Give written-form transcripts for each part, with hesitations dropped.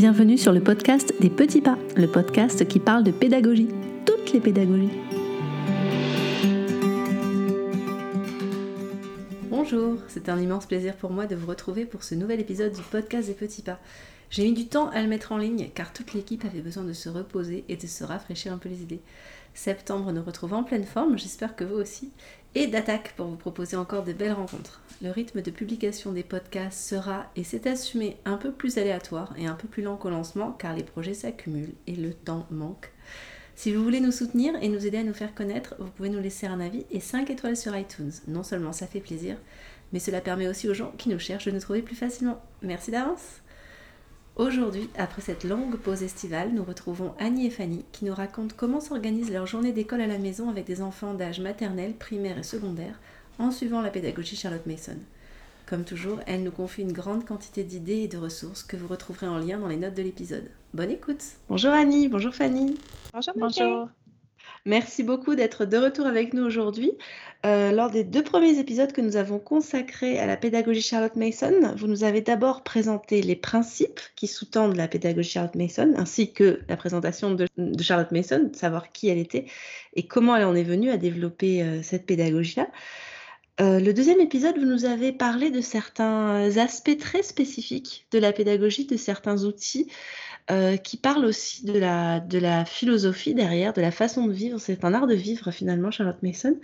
Bienvenue sur le podcast des petits pas, le podcast qui parle de pédagogie, toutes les pédagogies. Bonjour, c'est un immense plaisir pour moi de vous retrouver pour ce nouvel épisode du podcast des petits pas. J'ai mis du temps à le mettre en ligne car toute l'équipe avait besoin de se reposer et de se rafraîchir un peu les idées. Septembre nous retrouve en pleine forme, j'espère que vous aussi, et d'attaque pour vous proposer encore de belles rencontres. Le rythme de publication des podcasts sera, et c'est assumé, un peu plus aléatoire et un peu plus lent qu'au lancement car les projets s'accumulent et le temps manque. Si vous voulez nous soutenir et nous aider à nous faire connaître, vous pouvez nous laisser un avis et 5 étoiles sur iTunes. Non seulement ça fait plaisir, mais cela permet aussi aux gens qui nous cherchent de nous trouver plus facilement. Merci d'avance. Aujourd'hui, après cette longue pause estivale, nous retrouvons Annie et Fanny qui nous racontent comment s'organise leur journée d'école à la maison avec des enfants d'âge maternel, primaire et secondaire en suivant la pédagogie Charlotte Mason. Comme toujours, elle nous confie une grande quantité d'idées et de ressources que vous retrouverez en lien dans les notes de l'épisode. Bonne écoute. Bonjour Annie, bonjour Fanny. Bonjour. Merci beaucoup d'être de retour avec nous aujourd'hui. Lors des 2 premiers épisodes que nous avons consacrés à la pédagogie Charlotte Mason, vous nous avez d'abord présenté les principes qui sous-tendent la pédagogie Charlotte Mason, ainsi que la présentation de Charlotte Mason, savoir qui elle était et comment elle en est venue à développer cette pédagogie-là. Le deuxième épisode, vous nous avez parlé de certains aspects très spécifiques de la pédagogie, de certains outils qui parle aussi de la philosophie derrière, de la façon de vivre. C'est un art de vivre finalement, Charlotte Mason.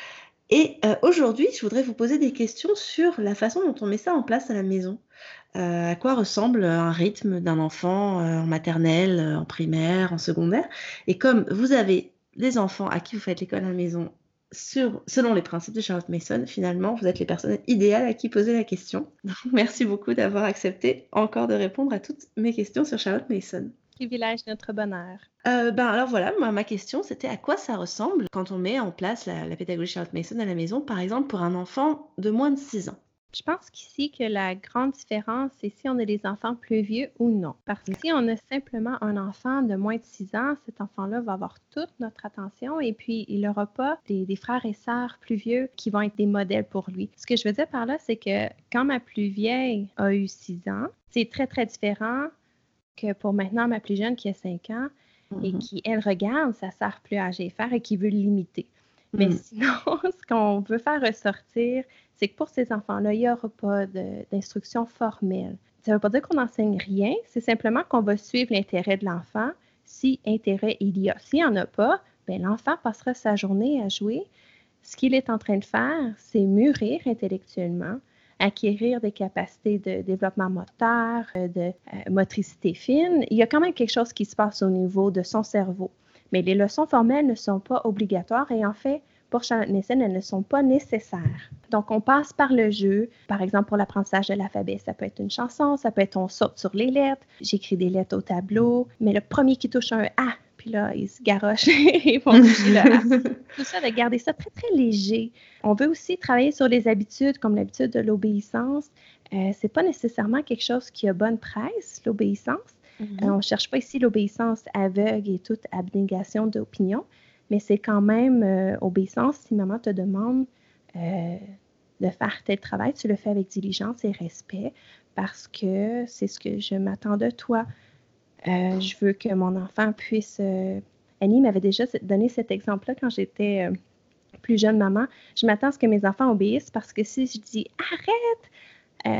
Et aujourd'hui, je voudrais vous poser des questions sur la façon dont on met ça en place à la maison. À quoi ressemble un rythme d'un enfant en maternelle, en primaire, en secondaire. Et comme vous avez des enfants à qui vous faites l'école à la maison selon les principes de Charlotte Mason, finalement, vous êtes les personnes idéales à qui poser la question. Donc, merci beaucoup d'avoir accepté encore de répondre à toutes mes questions sur Charlotte Mason. Privilège notre bonheur. Alors voilà, ma question c'était à quoi ça ressemble quand on met en place la pédagogie Charlotte Mason à la maison, par exemple pour un enfant de moins de 6 ans. Je pense qu'ici que la grande différence, c'est si on a des enfants plus vieux ou non. Parce que si on a simplement un enfant de moins de 6 ans, cet enfant-là va avoir toute notre attention et puis il n'aura pas des frères et sœurs plus vieux qui vont être des modèles pour lui. Ce que je veux dire par là, c'est que quand ma plus vieille a eu 6 ans, c'est très, très différent que pour maintenant ma plus jeune qui a 5 ans et qui, elle, regarde sa sœur plus âgée faire et qui veut le limiter. Mais sinon, ce qu'on veut faire ressortir, c'est que pour ces enfants-là, il n'y aura pas d'instruction formelle. Ça ne veut pas dire qu'on n'enseigne rien, c'est simplement qu'on va suivre l'intérêt de l'enfant si intérêt il y a. S'il n'y en a pas, bien, l'enfant passera sa journée à jouer. Ce qu'il est en train de faire, c'est mûrir intellectuellement, acquérir des capacités de développement moteur, de motricité fine. Il y a quand même quelque chose qui se passe au niveau de son cerveau. Mais les leçons formelles ne sont pas obligatoires et en fait, pour Charlotte Mason, elles ne sont pas nécessaires. Donc, on passe par le jeu. Par exemple, pour l'apprentissage de l'alphabet, ça peut être une chanson, ça peut être on saute sur les lettres, j'écris des lettres au tableau, mais le premier qui touche un A, puis là, ils se garochent et ils vont toucher le A. Tout ça, de garder ça très, très léger. On veut aussi travailler sur les habitudes, comme l'habitude de l'obéissance. C'est pas nécessairement quelque chose qui a bonne presse, l'obéissance. On ne cherche pas ici l'obéissance aveugle et toute abnégation d'opinion, mais c'est quand même obéissance si maman te demande de faire tel travail, tu le fais avec diligence et respect parce que c'est ce que je m'attends de toi. Je veux que mon enfant puisse... Annie m'avait déjà donné cet exemple-là quand j'étais plus jeune maman. Je m'attends à ce que mes enfants obéissent parce que si je dis « arrête »,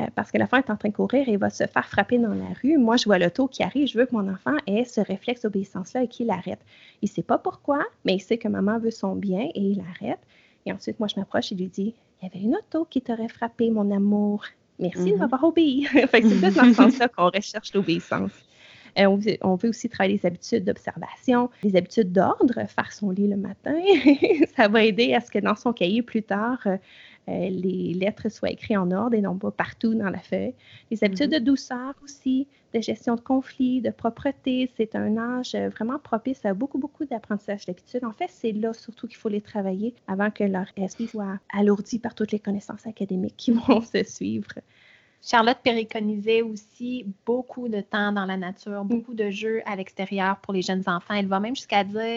parce que l'enfant est en train de courir et il va se faire frapper dans la rue. Moi, je vois l'auto qui arrive. Je veux que mon enfant ait ce réflexe d'obéissance-là et qu'il arrête. Il ne sait pas pourquoi, mais il sait que maman veut son bien et il arrête. Et ensuite, moi, je m'approche et lui dis « Il y avait une auto qui t'aurait frappé, mon amour. Merci de m'avoir obéi. » Fait que c'est plus dans ce sens-là qu'on recherche l'obéissance. On veut aussi travailler les habitudes d'observation, les habitudes d'ordre, faire son lit le matin. Ça va aider à ce que dans son cahier plus tard, les lettres soient écrites en ordre et non pas partout dans la feuille. Les habitudes de douceur aussi, de gestion de conflits, de propreté. C'est un âge vraiment propice à beaucoup, beaucoup d'apprentissage d'habitudes. En fait, c'est là surtout qu'il faut les travailler avant que leur esprit soit alourdi par toutes les connaissances académiques qui vont se suivre. Charlotte préconisait aussi beaucoup de temps dans la nature, beaucoup de jeux à l'extérieur pour les jeunes enfants. Elle va même jusqu'à dire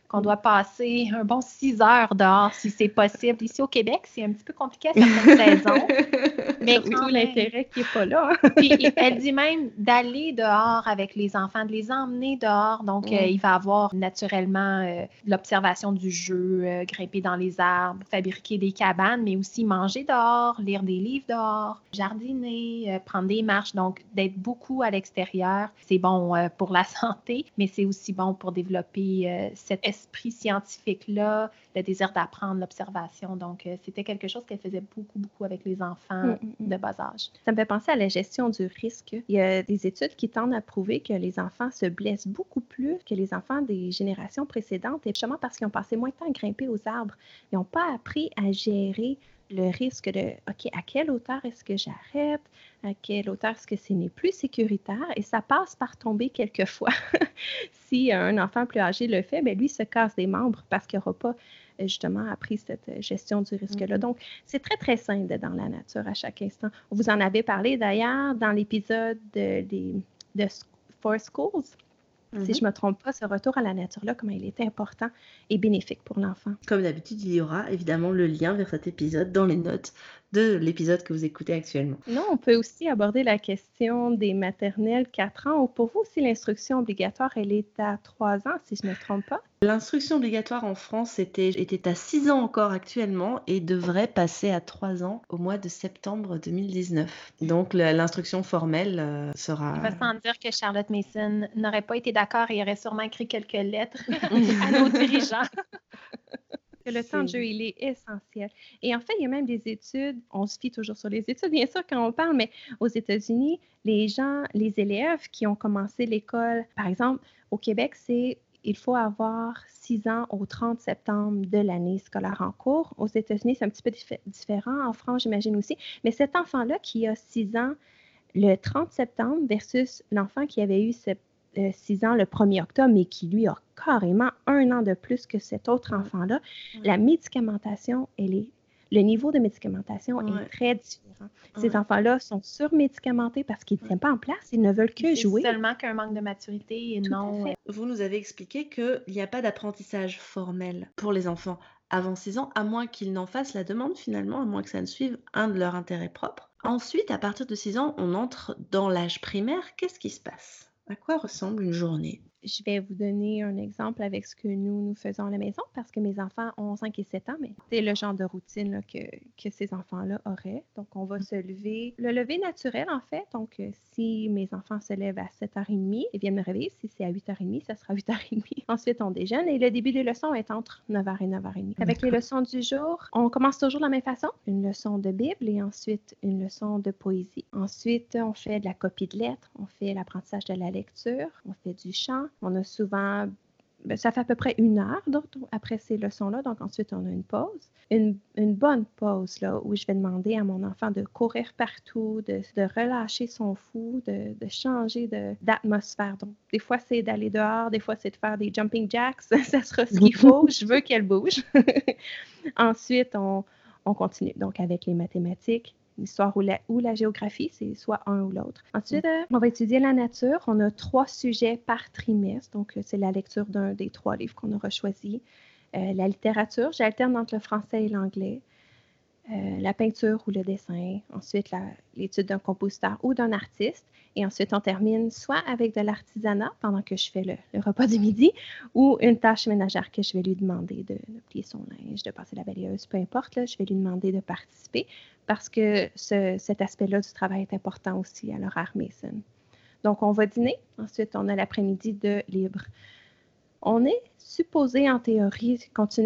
qu'on doit passer un bon 6 heures dehors si c'est possible. Ici au Québec, c'est un petit peu compliqué à certaines saisons. Mais D'où quand même. l'intérêt qui n'est pas là. Hein. Puis elle dit même d'aller dehors avec les enfants, de les emmener dehors. Donc, il va avoir naturellement l'observation du jeu, grimper dans les arbres, fabriquer des cabanes, mais aussi manger dehors, lire des livres dehors, jardiner, prendre des marches. Donc, d'être beaucoup à l'extérieur, c'est bon pour la santé, mais c'est aussi bon pour développer cet esprit scientifique-là, le désir d'apprendre, l'observation. Donc, c'était quelque chose qu'elle faisait beaucoup, beaucoup avec les enfants de bas âge. Ça me fait penser à la gestion du risque. Il y a des études qui tendent à prouver que les enfants se blessent beaucoup plus que les enfants des générations précédentes, et justement parce qu'ils ont passé moins de temps à grimper aux arbres. Ils n'ont pas appris à gérer le risque de OK, à quelle hauteur est-ce que j'arrête? À quelle hauteur est-ce que ce n'est plus sécuritaire? Et ça passe par tomber quelquefois. Si un enfant plus âgé le fait, bien, lui se casse des membres parce qu'il n'aura pas justement appris cette gestion du risque-là. Donc, c'est très, très sain d'être dans la nature à chaque instant. Vous en avez parlé d'ailleurs dans l'épisode de For Schools. Si je ne me trompe pas, ce retour à la nature-là, comment il est important et bénéfique pour l'enfant. Comme d'habitude, il y aura évidemment le lien vers cet épisode dans les notes de l'épisode que vous écoutez actuellement. Non, on peut aussi aborder la question des maternelles 4 ans, ou pour vous aussi l'instruction obligatoire, elle est à 3 ans, si je ne me trompe pas. L'instruction obligatoire en France était à 6 ans encore actuellement et devrait passer à 3 ans au mois de septembre 2019. Donc l'instruction formelle sera... Il va sans dire que Charlotte Mason n'aurait pas été d'accord et aurait sûrement écrit quelques lettres à nos dirigeants. Que le temps de jeu, il est essentiel. Et en fait, il y a même des études, on se fie toujours sur les études, bien sûr, quand on parle, mais aux États-Unis, les élèves qui ont commencé l'école, par exemple, au Québec, il faut avoir 6 ans au 30 septembre de l'année scolaire en cours. Aux États-Unis, c'est un petit peu différent. En France, j'imagine aussi. Mais cet enfant-là qui a 6 ans le 30 septembre versus l'enfant qui avait eu 6 ans le 1er octobre, mais qui, lui, a carrément 1 an de plus que cet autre enfant-là, la médicamentation, le niveau de médicamentation est très différent. Ces enfants-là sont surmédicamentés parce qu'ils ne tiennent pas en place, ils ne veulent que jouer. C'est seulement qu'un manque de maturité et non... Vous nous avez expliqué qu'il n'y a pas d'apprentissage formel pour les enfants avant 6 ans, à moins qu'ils n'en fassent la demande finalement, à moins que ça ne suive un de leurs intérêts propres. Ensuite, à partir de 6 ans, on entre dans l'âge primaire. Qu'est-ce qui se passe? À quoi ressemble une journée? Je vais vous donner un exemple avec ce que nous faisons à la maison parce que mes enfants ont 5 et 7 ans, mais c'est le genre de routine là, que ces enfants-là auraient. Donc, on va se lever, le lever naturel en fait. Donc, si mes enfants se lèvent à 7h30, ils viennent me réveiller. Si c'est à 8h30, ça sera 8h30. Ensuite, on déjeune et le début des leçons est entre 9h et 9h30. Avec les leçons du jour, on commence toujours de la même façon. Une leçon de Bible et ensuite une leçon de poésie. Ensuite, on fait de la copie de lettres, on fait l'apprentissage de la lecture, on fait du chant. On a souvent, ça fait à peu près 1 heure après ces leçons-là. Donc, ensuite, on a une pause. Une bonne pause là, où je vais demander à mon enfant de courir partout, de relâcher son fou, de changer d'atmosphère. Donc, des fois, c'est d'aller dehors. Des fois, c'est de faire des jumping jacks. Ça sera ce qu'il faut. Je veux qu'elle bouge. Ensuite, on continue. Donc, avec les mathématiques, l'histoire ou la géographie, c'est soit un ou l'autre. Ensuite, on va étudier la nature. On a 3 sujets par trimestre. Donc, c'est la lecture d'un des 3 livres qu'on aura choisi. La littérature, j'alterne entre le français et l'anglais. La peinture ou le dessin. Ensuite, l'étude d'un compositeur ou d'un artiste. Et ensuite, on termine soit avec de l'artisanat pendant que je fais le repas du midi ou une tâche ménagère que je vais lui demander de plier son linge, de passer la balayeuse, peu importe. Là, je vais lui demander de participer parce que cet aspect-là du travail est important aussi à l'horaire Mason. Donc, on va dîner. Ensuite, on a l'après-midi de libre. On est supposé, en théorie,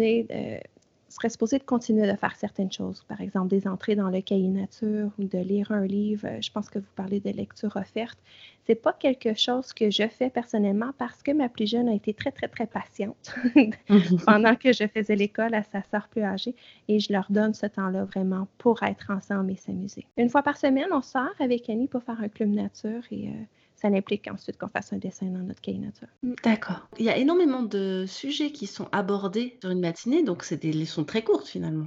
serait supposé de continuer de faire certaines choses. Par exemple, des entrées dans le cahier nature ou de lire un livre. Je pense que vous parlez de lecture offerte. C'est pas quelque chose que je fais personnellement parce que ma plus jeune a été très, très, très patiente pendant que je faisais l'école à sa sœur plus âgée et je leur donne ce temps-là vraiment pour être ensemble et s'amuser. Une fois par semaine, on sort avec Annie pour faire un club nature et ça implique ensuite qu'on fasse un dessin dans notre cahier nature. D'accord. Il y a énormément de sujets qui sont abordés sur une matinée, donc c'est des leçons très courtes finalement.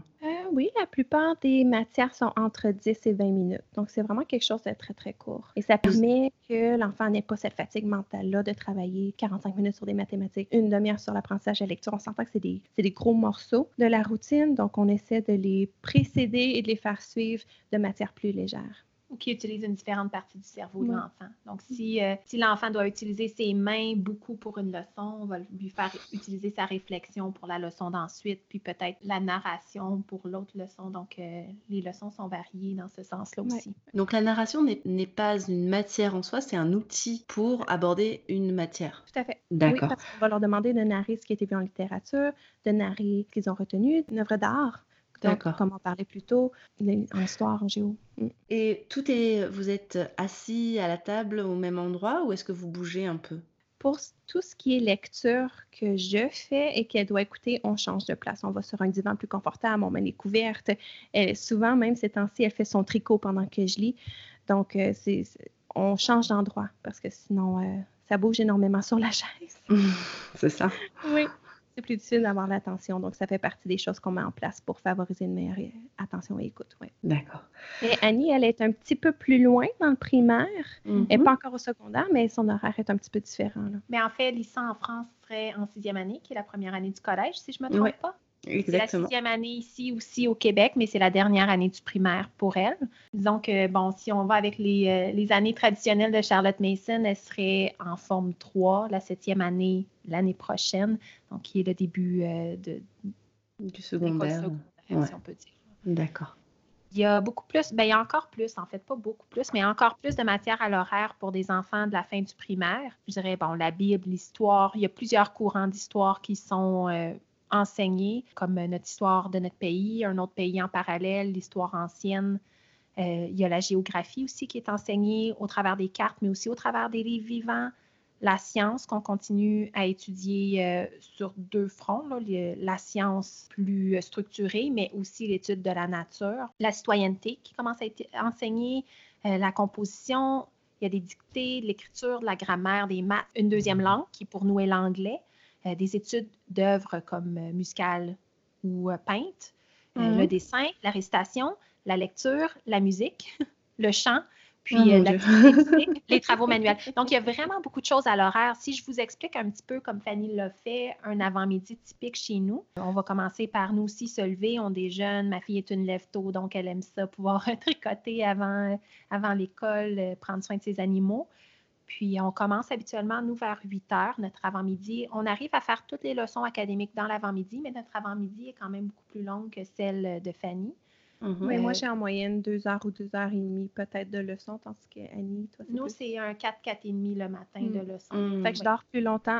Oui, la plupart des matières sont entre 10 et 20 minutes. Donc, c'est vraiment quelque chose de très, très court. Et ça permet que l'enfant n'ait pas cette fatigue mentale-là de travailler 45 minutes sur des mathématiques, une demi-heure sur l'apprentissage de lecture. On s'entend que c'est des gros morceaux de la routine. Donc, on essaie de les précéder et de les faire suivre de matières plus légères. Ou qui utilise une différente partie du cerveau de l'enfant. Donc, si l'enfant doit utiliser ses mains beaucoup pour une leçon, on va lui faire utiliser sa réflexion pour la leçon d'ensuite, puis peut-être la narration pour l'autre leçon. Donc, les leçons sont variées dans ce sens-là aussi. Donc, la narration n'est pas une matière en soi, c'est un outil pour aborder une matière. Tout à fait. D'accord. Oui, parce qu'on va leur demander de narrer ce qui a été vu en littérature, de narrer ce qu'ils ont retenu, une œuvre d'art. Donc, comme on parlait plus tôt, en histoire, en géo. Et vous êtes assis à la table au même endroit ou est-ce que vous bougez un peu? Pour tout ce qui est lecture que je fais et qu'elle doit écouter, on change de place. On va sur un divan plus confortable, on met les couvertes. Souvent, même ces temps-ci, elle fait son tricot pendant que je lis. Donc, on change d'endroit parce que sinon, ça bouge énormément sur la chaise. C'est ça? Oui. C'est plus difficile d'avoir l'attention. Donc, ça fait partie des choses qu'on met en place pour favoriser une meilleure attention et écoute. Oui. D'accord. Et Annie, elle est un petit peu plus loin dans le primaire. Elle n'est pas encore au secondaire, mais son horaire est un petit peu différent. Là. Mais en fait, lycée en France serait en 6e année, qui est la première année du collège, si je ne me trompe pas. Exactement. C'est la 6e année ici aussi au Québec, mais c'est la dernière année du primaire pour elle. Disons que, si on va avec les années traditionnelles de Charlotte Mason, elle serait en forme 3, la 7e année l'année prochaine, donc qui est le début du secondaire, si on peut dire. D'accord. Il y a beaucoup plus, il y a encore plus, en fait, pas beaucoup plus, mais encore plus de matière à l'horaire pour des enfants de la fin du primaire. Je dirais, la Bible, l'histoire, il y a plusieurs courants d'histoire qui sont enseignés, comme notre histoire de notre pays, un autre pays en parallèle, l'histoire ancienne. Il y a la géographie aussi qui est enseignée au travers des cartes, mais aussi au travers des livres vivants. La science qu'on continue à étudier sur 2 fronts, là, la science plus structurée, mais aussi l'étude de la nature. La citoyenneté qui commence à être enseignée, la composition, il y a des dictées, de l'écriture, de la grammaire, des maths, une deuxième langue qui pour nous est l'anglais, des études d'œuvres comme musicales ou peintes, le dessin, la récitation, la lecture, la musique, le chant, puis les travaux manuels. Donc, il y a vraiment beaucoup de choses à l'horaire. Si je vous explique un petit peu comme Fanny l'a fait, un avant-midi typique chez nous, on va commencer par nous aussi se lever. On déjeune. Ma fille est une lève-tôt, donc elle aime ça, pouvoir tricoter avant l'école, prendre soin de ses animaux. Puis, on commence habituellement, nous, vers 8 heures, notre avant-midi. On arrive à faire toutes les leçons académiques dans l'avant-midi, mais notre avant-midi est quand même beaucoup plus longue que celle de Fanny. Oui, moi, j'ai en moyenne 2 heures ou 2 heures et demie peut-être de leçons, tandis que Annie, toi, c'est nous, c'est un 4 et demi le matin de leçons. Fait que je dors plus longtemps.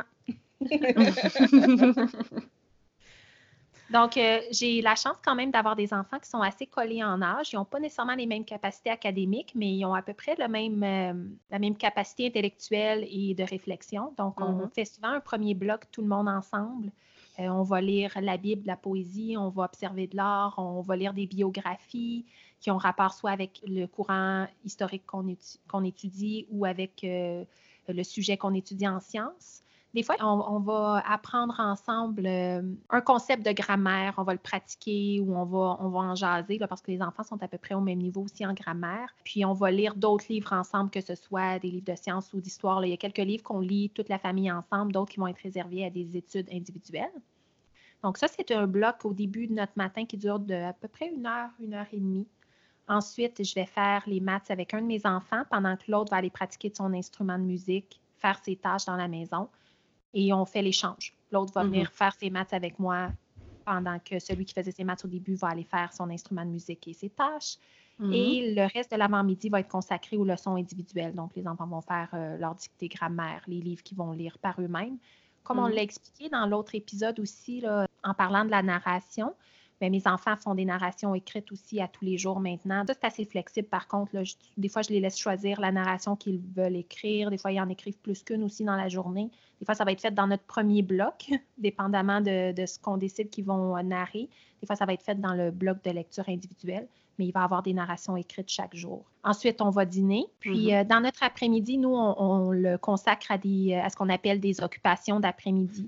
Donc, j'ai la chance quand même d'avoir des enfants qui sont assez collés en âge. Ils n'ont pas nécessairement les mêmes capacités académiques, mais ils ont à peu près la même capacité intellectuelle et de réflexion. Donc, on fait souvent un premier bloc, tout le monde ensemble. On va lire la Bible, la poésie, on va observer de l'art, on va lire des biographies qui ont rapport soit avec le courant historique qu'on étudie ou avec le sujet qu'on étudie en sciences. Des fois, on va apprendre ensemble un concept de grammaire, on va le pratiquer ou on va en jaser là, parce que les enfants sont à peu près au même niveau aussi en grammaire. Puis, on va lire d'autres livres ensemble, que ce soit des livres de sciences ou d'histoire. Là. Il y a quelques livres qu'on lit toute la famille ensemble, d'autres qui vont être réservés à des études individuelles. Donc, ça, c'est un bloc au début de notre matin qui dure à peu près 1 heure, 1 heure et demie. Ensuite, je vais faire les maths avec un de mes enfants pendant que l'autre va aller pratiquer de son instrument de musique, faire ses tâches dans la maison. Et on fait l'échange. L'autre va venir faire ses maths avec moi pendant que celui qui faisait ses maths au début va aller faire son instrument de musique et ses tâches. Et le reste de l'avant-midi va être consacré aux leçons individuelles. Donc, les enfants vont faire leur dictée grammaire, les livres qu'ils vont lire par eux-mêmes. Comme on l'a expliqué dans l'autre épisode aussi, là, en parlant de la narration, bien, mes enfants font des narrations écrites aussi à tous les jours maintenant. Ça, c'est assez flexible. Par contre, là, des fois, je les laisse choisir la narration qu'ils veulent écrire. Des fois, ils en écrivent plus qu'une aussi dans la journée. Des fois, ça va être fait dans notre premier bloc, dépendamment de ce qu'on décide qu'ils vont narrer. Des fois, ça va être fait dans le bloc de lecture individuelle, mais il va y avoir des narrations écrites chaque jour. Ensuite, on va dîner. Puis, dans notre après-midi, nous, on le consacre à ce qu'on appelle des occupations d'après-midi.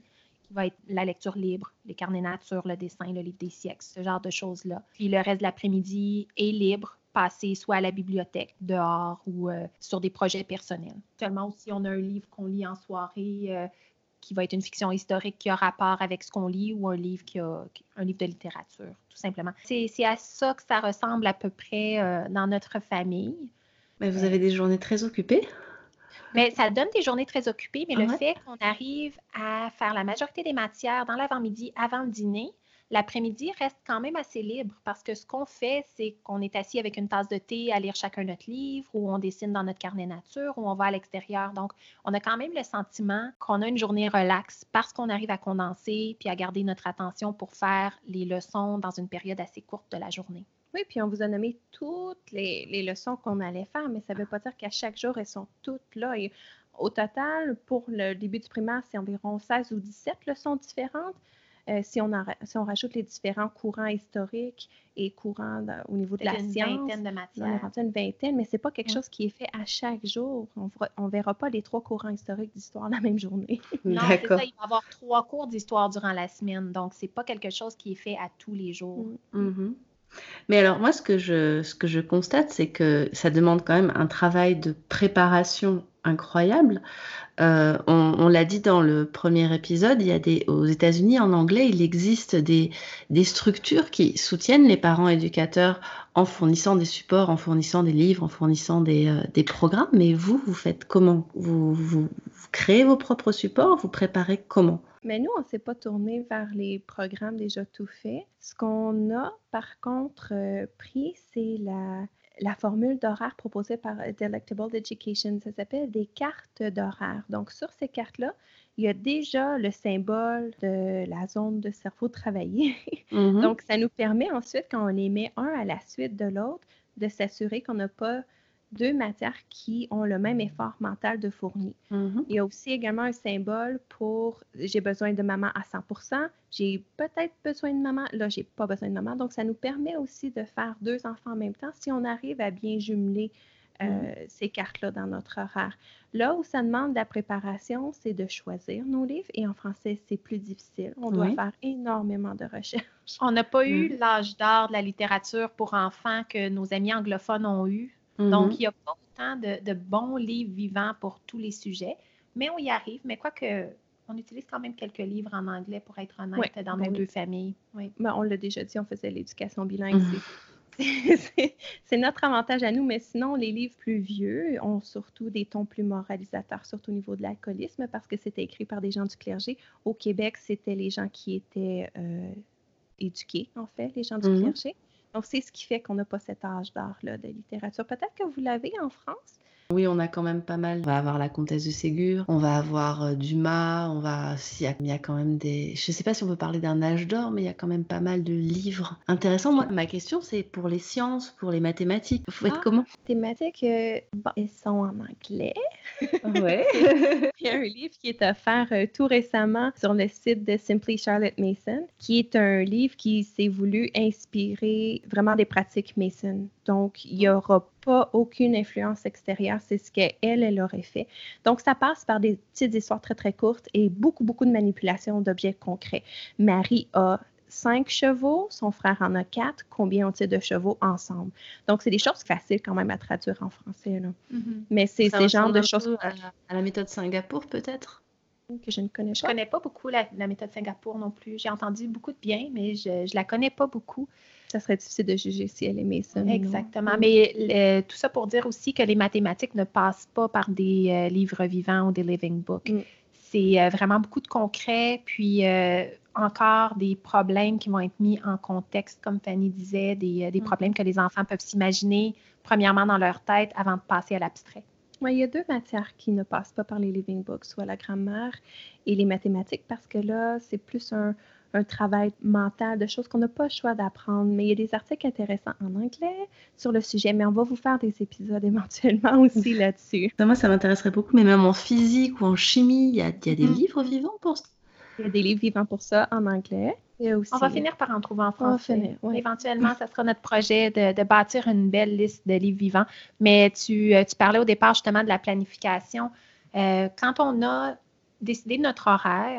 qui va être la lecture libre, les carnets nature, le dessin, le livre des siècles, ce genre de choses-là. Puis le reste de l'après-midi est libre, passer soit à la bibliothèque, dehors ou sur des projets personnels. Seulement aussi, on a un livre qu'on lit en soirée qui va être une fiction historique qui a rapport avec ce qu'on lit ou un livre un livre de littérature, tout simplement. C'est à ça que ça ressemble à peu près dans notre famille. Mais vous avez des journées très occupées? Mais ça donne des journées très occupées, mais le Ouais. fait qu'on arrive à faire la majorité des matières dans l'avant-midi, avant le dîner, l'après-midi reste quand même assez libre parce que ce qu'on fait, c'est qu'on est assis avec une tasse de thé à lire chacun notre livre ou on dessine dans notre carnet nature ou on va à l'extérieur. Donc, on a quand même le sentiment qu'on a une journée relaxe parce qu'on arrive à condenser puis à garder notre attention pour faire les leçons dans une période assez courte de la journée. Oui, puis on vous a nommé toutes les leçons qu'on allait faire, mais ça ne veut pas dire qu'à chaque jour, elles sont toutes là. Et au total, pour le début du primaire, c'est environ 16 ou 17 leçons différentes. Si on rajoute les différents courants historiques et courants au niveau de la science, une vingtaine de matières. On est rendu à une vingtaine, mais ce n'est pas quelque chose qui est fait à chaque jour. On ne verra pas les 3 courants historiques d'histoire la même journée. Non, c'est ça. Il va y avoir 3 cours d'histoire durant la semaine. Donc, ce n'est pas quelque chose qui est fait à tous les jours. Mm-hmm. Mais alors moi, ce que je constate, c'est que ça demande quand même un travail de préparation incroyable. On l'a dit dans le premier épisode, aux États-Unis, en anglais, il existe des structures qui soutiennent les parents éducateurs en fournissant des supports, en fournissant des livres, en fournissant des programmes. Mais vous faites comment? Vous créez vos propres supports? Vous préparez comment? Mais nous, on ne s'est pas tourné vers les programmes déjà tout faits. Ce qu'on a, par contre, pris, c'est la formule d'horaire proposée par Delectable Education. Ça s'appelle des cartes d'horaire. Donc, sur ces cartes-là, il y a déjà le symbole de la zone de cerveau travaillée. Mm-hmm. Donc, ça nous permet ensuite, quand on les met un à la suite de l'autre, de s'assurer qu'on n'a pas 2 matières qui ont le même effort mental de fournir. Mm-hmm. Il y a aussi également un symbole pour j'ai besoin de maman à 100%, j'ai peut-être besoin de maman, là, j'ai pas besoin de maman. Donc, ça nous permet aussi de faire 2 enfants en même temps si on arrive à bien jumeler ces cartes-là dans notre horaire. Là où ça demande de la préparation, c'est de choisir nos livres et en français, c'est plus difficile. On doit faire énormément de recherches. On n'a pas eu l'âge d'or de la littérature pour enfants que nos amis anglophones ont eu. Donc, il n'y a pas autant de bons livres vivants pour tous les sujets, mais on y arrive. Mais quoique, on utilise quand même quelques livres en anglais, pour être honnête, dans nos 2 familles. Oui. Ben, on l'a déjà dit, on faisait l'éducation bilingue. C'est notre avantage à nous, mais sinon, les livres plus vieux ont surtout des tons plus moralisateurs, surtout au niveau de l'alcoolisme, parce que c'était écrit par des gens du clergé. Au Québec, c'était les gens qui étaient éduqués, en fait, les gens du clergé. Donc, c'est ce qui fait qu'on n'a pas cet âge d'or-là de littérature. Peut-être que vous l'avez en France. Oui, on a quand même pas mal. On va avoir la Comtesse de Ségur, on va avoir Dumas, il y a quand même je sais pas si on peut parler d'un âge d'or, mais il y a quand même pas mal de livres intéressants. Moi, ma question, c'est pour les sciences, pour les mathématiques. Vous faites comment? Les mathématiques, elles sont en anglais. Ouais. Il y a un livre qui est offert tout récemment sur le site de Simply Charlotte Mason, qui est un livre qui s'est voulu inspirer vraiment des pratiques Mason. Donc, il n'y aura pas aucune influence extérieure, c'est ce qu'elle aurait fait. Donc, ça passe par des petites histoires très, très courtes et beaucoup, beaucoup de manipulation d'objets concrets. Marie a 5 chevaux, son frère en a 4. Combien ont-ils de chevaux ensemble? Donc, c'est des choses faciles quand même à traduire en français. Là. Mais c'est ces genres de choses... À la méthode Singapour, peut-être? Que je ne connais pas. Je ne connais pas beaucoup la méthode Singapour non plus. J'ai entendu beaucoup de bien, mais je ne la connais pas beaucoup. Ça serait difficile de juger si elle est Mason. Exactement. Mais tout ça pour dire aussi que les mathématiques ne passent pas par des livres vivants ou des living books. C'est vraiment beaucoup de concret, puis encore des problèmes qui vont être mis en contexte, comme Fanny disait, des problèmes que les enfants peuvent s'imaginer, premièrement dans leur tête, avant de passer à l'abstrait. Oui, il y a 2 matières qui ne passent pas par les living books, soit la grammaire et les mathématiques, parce que là, c'est plus un travail mental, de choses qu'on n'a pas le choix d'apprendre. Mais il y a des articles intéressants en anglais sur le sujet, mais on va vous faire des épisodes éventuellement aussi là-dessus. Moi, ça m'intéresserait beaucoup, mais même en physique ou en chimie, il y a des livres vivants pour ça? Il y a des livres vivants pour ça en anglais. Et aussi... On va finir par en trouver en français. Éventuellement, ça sera notre projet de bâtir une belle liste de livres vivants. Mais tu parlais au départ justement de la planification. Quand on a décidé de notre horaire,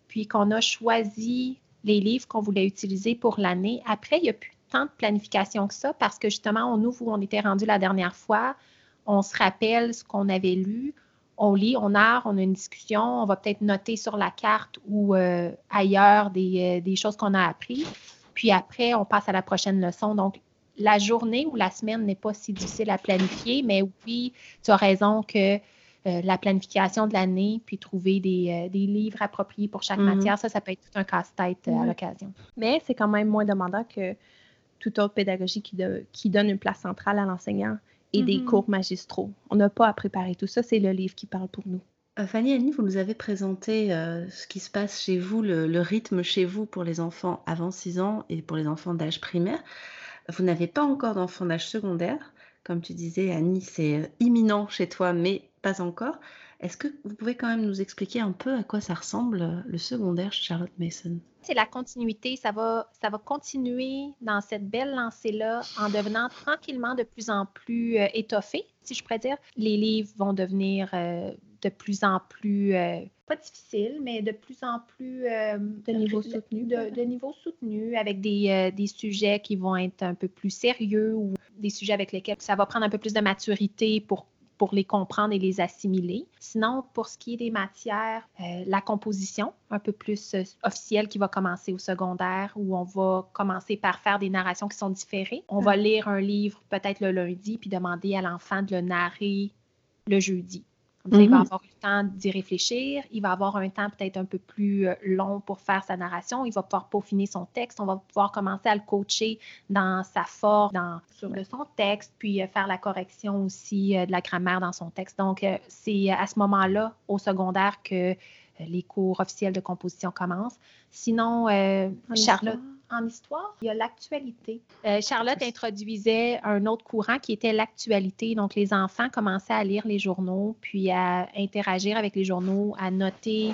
puis qu'on a choisi les livres qu'on voulait utiliser pour l'année. Après, il n'y a plus tant de planification que ça parce que justement, on ouvre où on était rendu la dernière fois, on se rappelle ce qu'on avait lu, on lit, on narre, on a une discussion, on va peut-être noter sur la carte ou ailleurs des choses qu'on a apprises. Puis après, on passe à la prochaine leçon. Donc, la journée ou la semaine n'est pas si difficile à planifier, mais oui, tu as raison que la planification de l'année, puis trouver des livres appropriés pour chaque matière, ça peut être tout un casse-tête à l'occasion. Mais c'est quand même moins demandant que toute autre pédagogie qui donne une place centrale à l'enseignant et des cours magistraux. On n'a pas à préparer tout ça, c'est le livre qui parle pour nous. Fanny et Annie, vous nous avez présenté ce qui se passe chez vous, le rythme chez vous pour les enfants avant 6 ans et pour les enfants d'âge primaire. Vous n'avez pas encore d'enfants d'âge secondaire. Comme tu disais, Annie, c'est imminent chez toi, mais pas encore. Est-ce que vous pouvez quand même nous expliquer un peu à quoi ça ressemble le secondaire chez Charlotte Mason? C'est la continuité, ça va continuer dans cette belle lancée-là en devenant tranquillement de plus en plus étoffé, si je pourrais dire. Les livres vont devenir de plus en plus, pas difficiles, mais de plus en plus... de niveau soutenu. De niveau soutenu, avec des sujets qui vont être un peu plus sérieux ou des sujets avec lesquels ça va prendre un peu plus de maturité pour les comprendre et les assimiler. Sinon, pour ce qui est des matières, la composition, un peu plus officielle qui va commencer au secondaire, où on va commencer par faire des narrations qui sont différées. On va lire un livre peut-être le lundi, puis demander à l'enfant de le narrer le jeudi. Comme ça, il va avoir eu le temps d'y réfléchir. Il va avoir un temps peut-être un peu plus long pour faire sa narration. Il va pouvoir peaufiner son texte. On va pouvoir commencer à le coacher dans sa forme, de son texte, puis faire la correction aussi de la grammaire dans son texte. Donc, c'est à ce moment-là, au secondaire, que les cours officiels de composition commencent. Sinon, Charlotte... En histoire, il y a l'actualité. Charlotte introduisait un autre courant qui était l'actualité. Donc, les enfants commençaient à lire les journaux, puis à interagir avec les journaux, à noter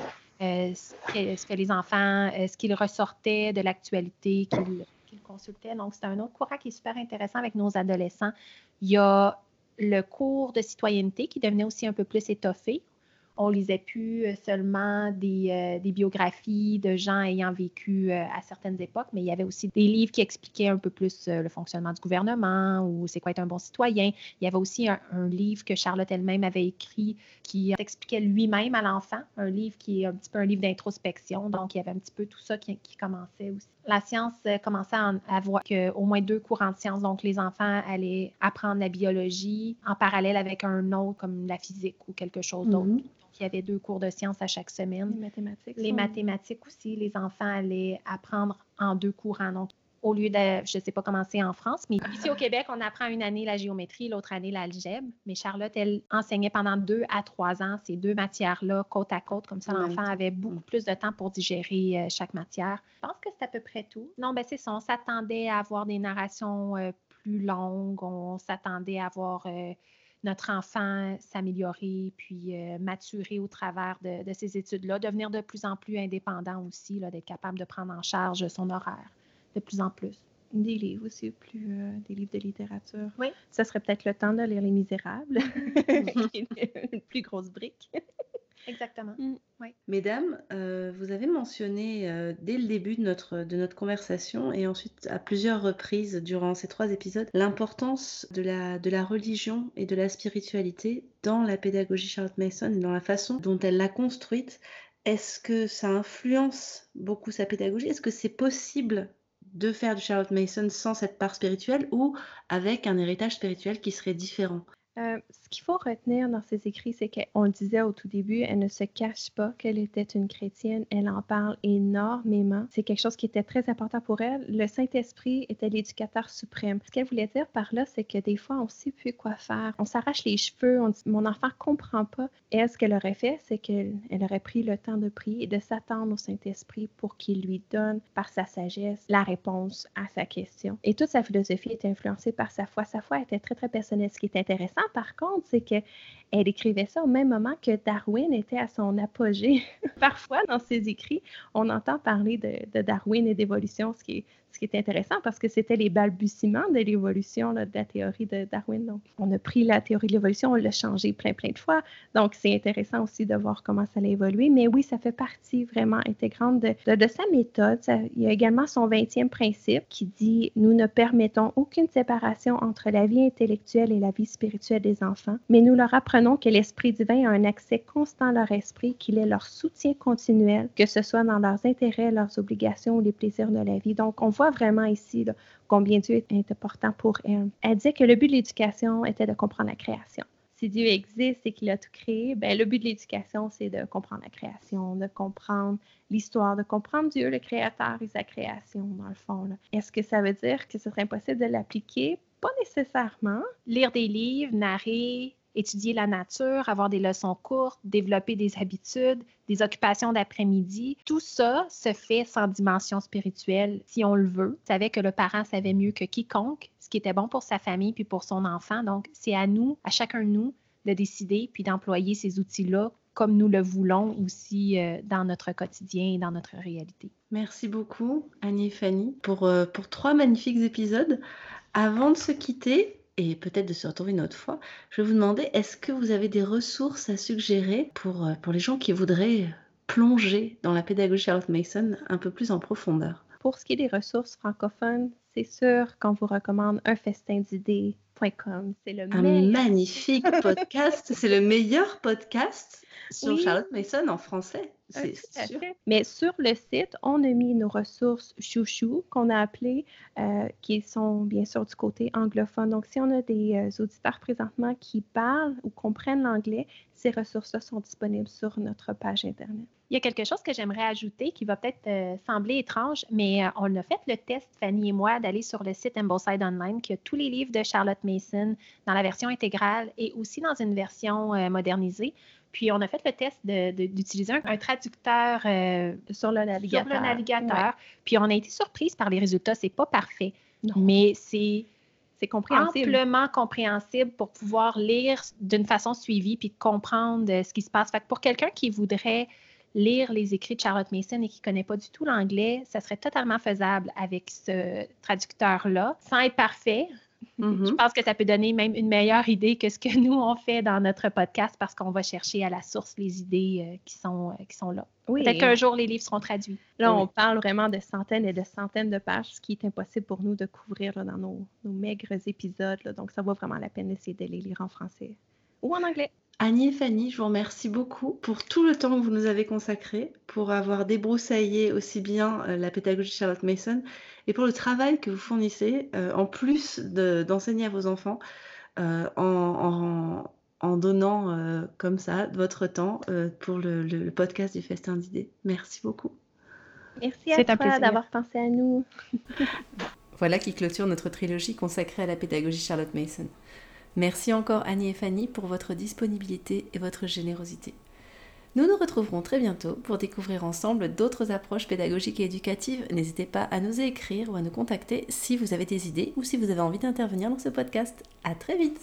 ce que les enfants, ce qu'ils ressortaient de l'actualité qu'ils consultaient. Donc, c'est un autre courant qui est super intéressant avec nos adolescents. Il y a le cours de citoyenneté qui devenait aussi un peu plus étoffé. On lisait plus seulement des biographies de gens ayant vécu à certaines époques, mais il y avait aussi des livres qui expliquaient un peu plus le fonctionnement du gouvernement ou c'est quoi être un bon citoyen. Il y avait aussi un livre que Charlotte elle-même avait écrit qui expliquait lui-même à l'enfant, un livre qui est un petit peu un livre d'introspection. Donc, il y avait un petit peu tout ça qui commençait aussi. La science commençait à avoir au moins 2 courants de sciences. Donc, les enfants allaient apprendre la biologie en parallèle avec un autre comme la physique ou quelque chose d'autre. Il y avait 2 cours de sciences à chaque semaine. Les mathématiques aussi, les enfants allaient apprendre en 2 courants. Donc, au lieu de, je ne sais pas comment c'est en France, mais ici au Québec, on apprend une année la géométrie, l'autre année l'algèbre. Mais Charlotte, elle enseignait pendant 2 à 3 ans ces 2 matières-là, côte à côte. Comme ça, l'enfant avait beaucoup plus de temps pour digérer chaque matière. Je pense que c'est à peu près tout. Non, ben c'est ça. On s'attendait à avoir des narrations plus longues. On s'attendait à avoir... notre enfant s'améliorer puis maturer au travers de ces études-là, devenir de plus en plus indépendant aussi, là, d'être capable de prendre en charge son horaire de plus en plus. Des livres aussi, des livres de littérature. Oui. Ça serait peut-être le temps de lire Les Misérables, qui est une plus grosse brique. Exactement. Oui. Mesdames, vous avez mentionné dès le début de notre conversation et ensuite à plusieurs reprises durant ces 3 épisodes l'importance de la religion et de la spiritualité dans la pédagogie Charlotte Mason et dans la façon dont elle l'a construite. Est-ce que ça influence beaucoup sa pédagogie? Est-ce que c'est possible de faire du Charlotte Mason sans cette part spirituelle ou avec un héritage spirituel qui serait différent? Ce qu'il faut retenir dans ses écrits, c'est qu'on le disait au tout début, elle ne se cache pas qu'elle était une chrétienne. Elle en parle énormément. C'est quelque chose qui était très important pour elle. Le Saint-Esprit était l'éducateur suprême. Ce qu'elle voulait dire par là, c'est que des fois, on ne sait plus quoi faire. On s'arrache les cheveux, on dit « mon enfant ne comprend pas ». Et ce qu'elle aurait fait, c'est qu'elle aurait pris le temps de prier et de s'attendre au Saint-Esprit pour qu'il lui donne, par sa sagesse, la réponse à sa question. Et toute sa philosophie était influencée par sa foi. Sa foi était très, très personnelle. Ce qui est intéressant, par contre, c'est qu'elle écrivait ça au même moment que Darwin était à son apogée. Parfois, dans ses écrits, on entend parler de Darwin et d'évolution, ce qui ce qui est intéressant parce que c'était les balbutiements de l'évolution là, de la théorie de Darwin. Donc, on a pris la théorie de l'évolution, on l'a changée plein de fois. Donc, c'est intéressant aussi de voir comment ça a évolué. Mais oui, ça fait partie vraiment intégrante de sa méthode. Il y a également son 20e principe qui dit « Nous ne permettons aucune séparation entre la vie intellectuelle et la vie spirituelle des enfants, mais nous leur apprenons que l'Esprit divin a un accès constant à leur esprit, qu'il est leur soutien continuel, que ce soit dans leurs intérêts, leurs obligations ou les plaisirs de la vie. » Donc, on voit vraiment ici là, combien Dieu est important pour elle. Elle disait que le but de l'éducation était de comprendre la création. Si Dieu existe et qu'il a tout créé, ben, le but de l'éducation, c'est de comprendre la création, de comprendre l'histoire, de comprendre Dieu, le Créateur et sa création, dans le fond. Là. Est-ce que ça veut dire que ce serait impossible de l'appliquer? Pas nécessairement. Lire des livres, narrer, étudier la nature, avoir des leçons courtes, développer des habitudes, des occupations d'après-midi, tout ça se fait sans dimension spirituelle, si on le veut. On savait que le parent savait mieux que quiconque ce qui était bon pour sa famille puis pour son enfant. Donc, c'est à nous, à chacun de nous, de décider puis d'employer ces outils-là comme nous le voulons aussi dans notre quotidien et dans notre réalité. Merci beaucoup, Annie et Fanny, pour 3 magnifiques épisodes. Avant de se quitter, et peut-être de se retrouver une autre fois, je vais vous demander, est-ce que vous avez des ressources à suggérer pour les gens qui voudraient plonger dans la pédagogie Charlotte Mason un peu plus en profondeur? Pour ce qui est des ressources francophones, c'est sûr qu'on vous recommande unfestindidées.com. C'est le meilleur. Magnifique podcast. C'est le meilleur podcast sur Charlotte Mason en français. C'est sûr. Mais sur le site, on a mis nos ressources chouchou qu'on a appelées, qui sont bien sûr du côté anglophone. Donc, si on a des auditeurs présentement qui parlent ou comprennent l'anglais, ces ressources-là sont disponibles sur notre page Internet. Il y a quelque chose que j'aimerais ajouter qui va peut-être sembler étrange, mais on a fait le test, Fanny et moi, d'aller sur le site Ambleside Online, qui a tous les livres de Charlotte Mason dans la version intégrale et aussi dans une version modernisée. Puis, on a fait le test d'utiliser un traducteur sur le navigateur. Puis, on a été surprise par les résultats. C'est pas parfait, non. Mais c'est compréhensible. Amplement compréhensible pour pouvoir lire d'une façon suivie puis de comprendre ce qui se passe. Fait que pour quelqu'un qui voudrait lire les écrits de Charlotte Mason et qui ne connaît pas du tout l'anglais, ça serait totalement faisable avec ce traducteur-là, sans être parfait. Je pense que ça peut donner même une meilleure idée que ce que nous, on fait dans notre podcast parce qu'on va chercher à la source les idées qui sont là. Oui, peut-être qu'un jour, les livres seront traduits. Là, on parle vraiment de centaines et de centaines de pages, ce qui est impossible pour nous de couvrir là, dans nos maigres épisodes. Là. Donc, ça vaut vraiment la peine d'essayer de les lire en français ou en anglais. Annie et Fanny, je vous remercie beaucoup pour tout le temps que vous nous avez consacré, pour avoir débroussaillé aussi bien la pédagogie Charlotte Mason et pour le travail que vous fournissez, en plus d'enseigner à vos enfants, en donnant comme ça votre temps pour le podcast du Festin d'idées. Merci beaucoup. Merci à toi d'avoir pensé à nous. Voilà qui clôture notre trilogie consacrée à la pédagogie Charlotte Mason. Merci encore Annie et Fanny pour votre disponibilité et votre générosité. Nous nous retrouverons très bientôt pour découvrir ensemble d'autres approches pédagogiques et éducatives. N'hésitez pas à nous écrire ou à nous contacter si vous avez des idées ou si vous avez envie d'intervenir dans ce podcast. À très vite!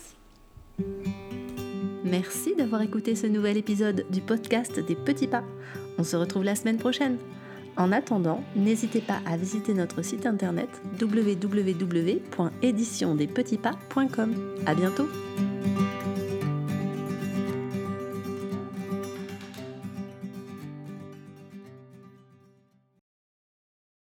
Merci d'avoir écouté ce nouvel épisode du podcast des Petits Pas. On se retrouve la semaine prochaine. En attendant, n'hésitez pas à visiter notre site internet www.editiondespetitspas.com. À bientôt!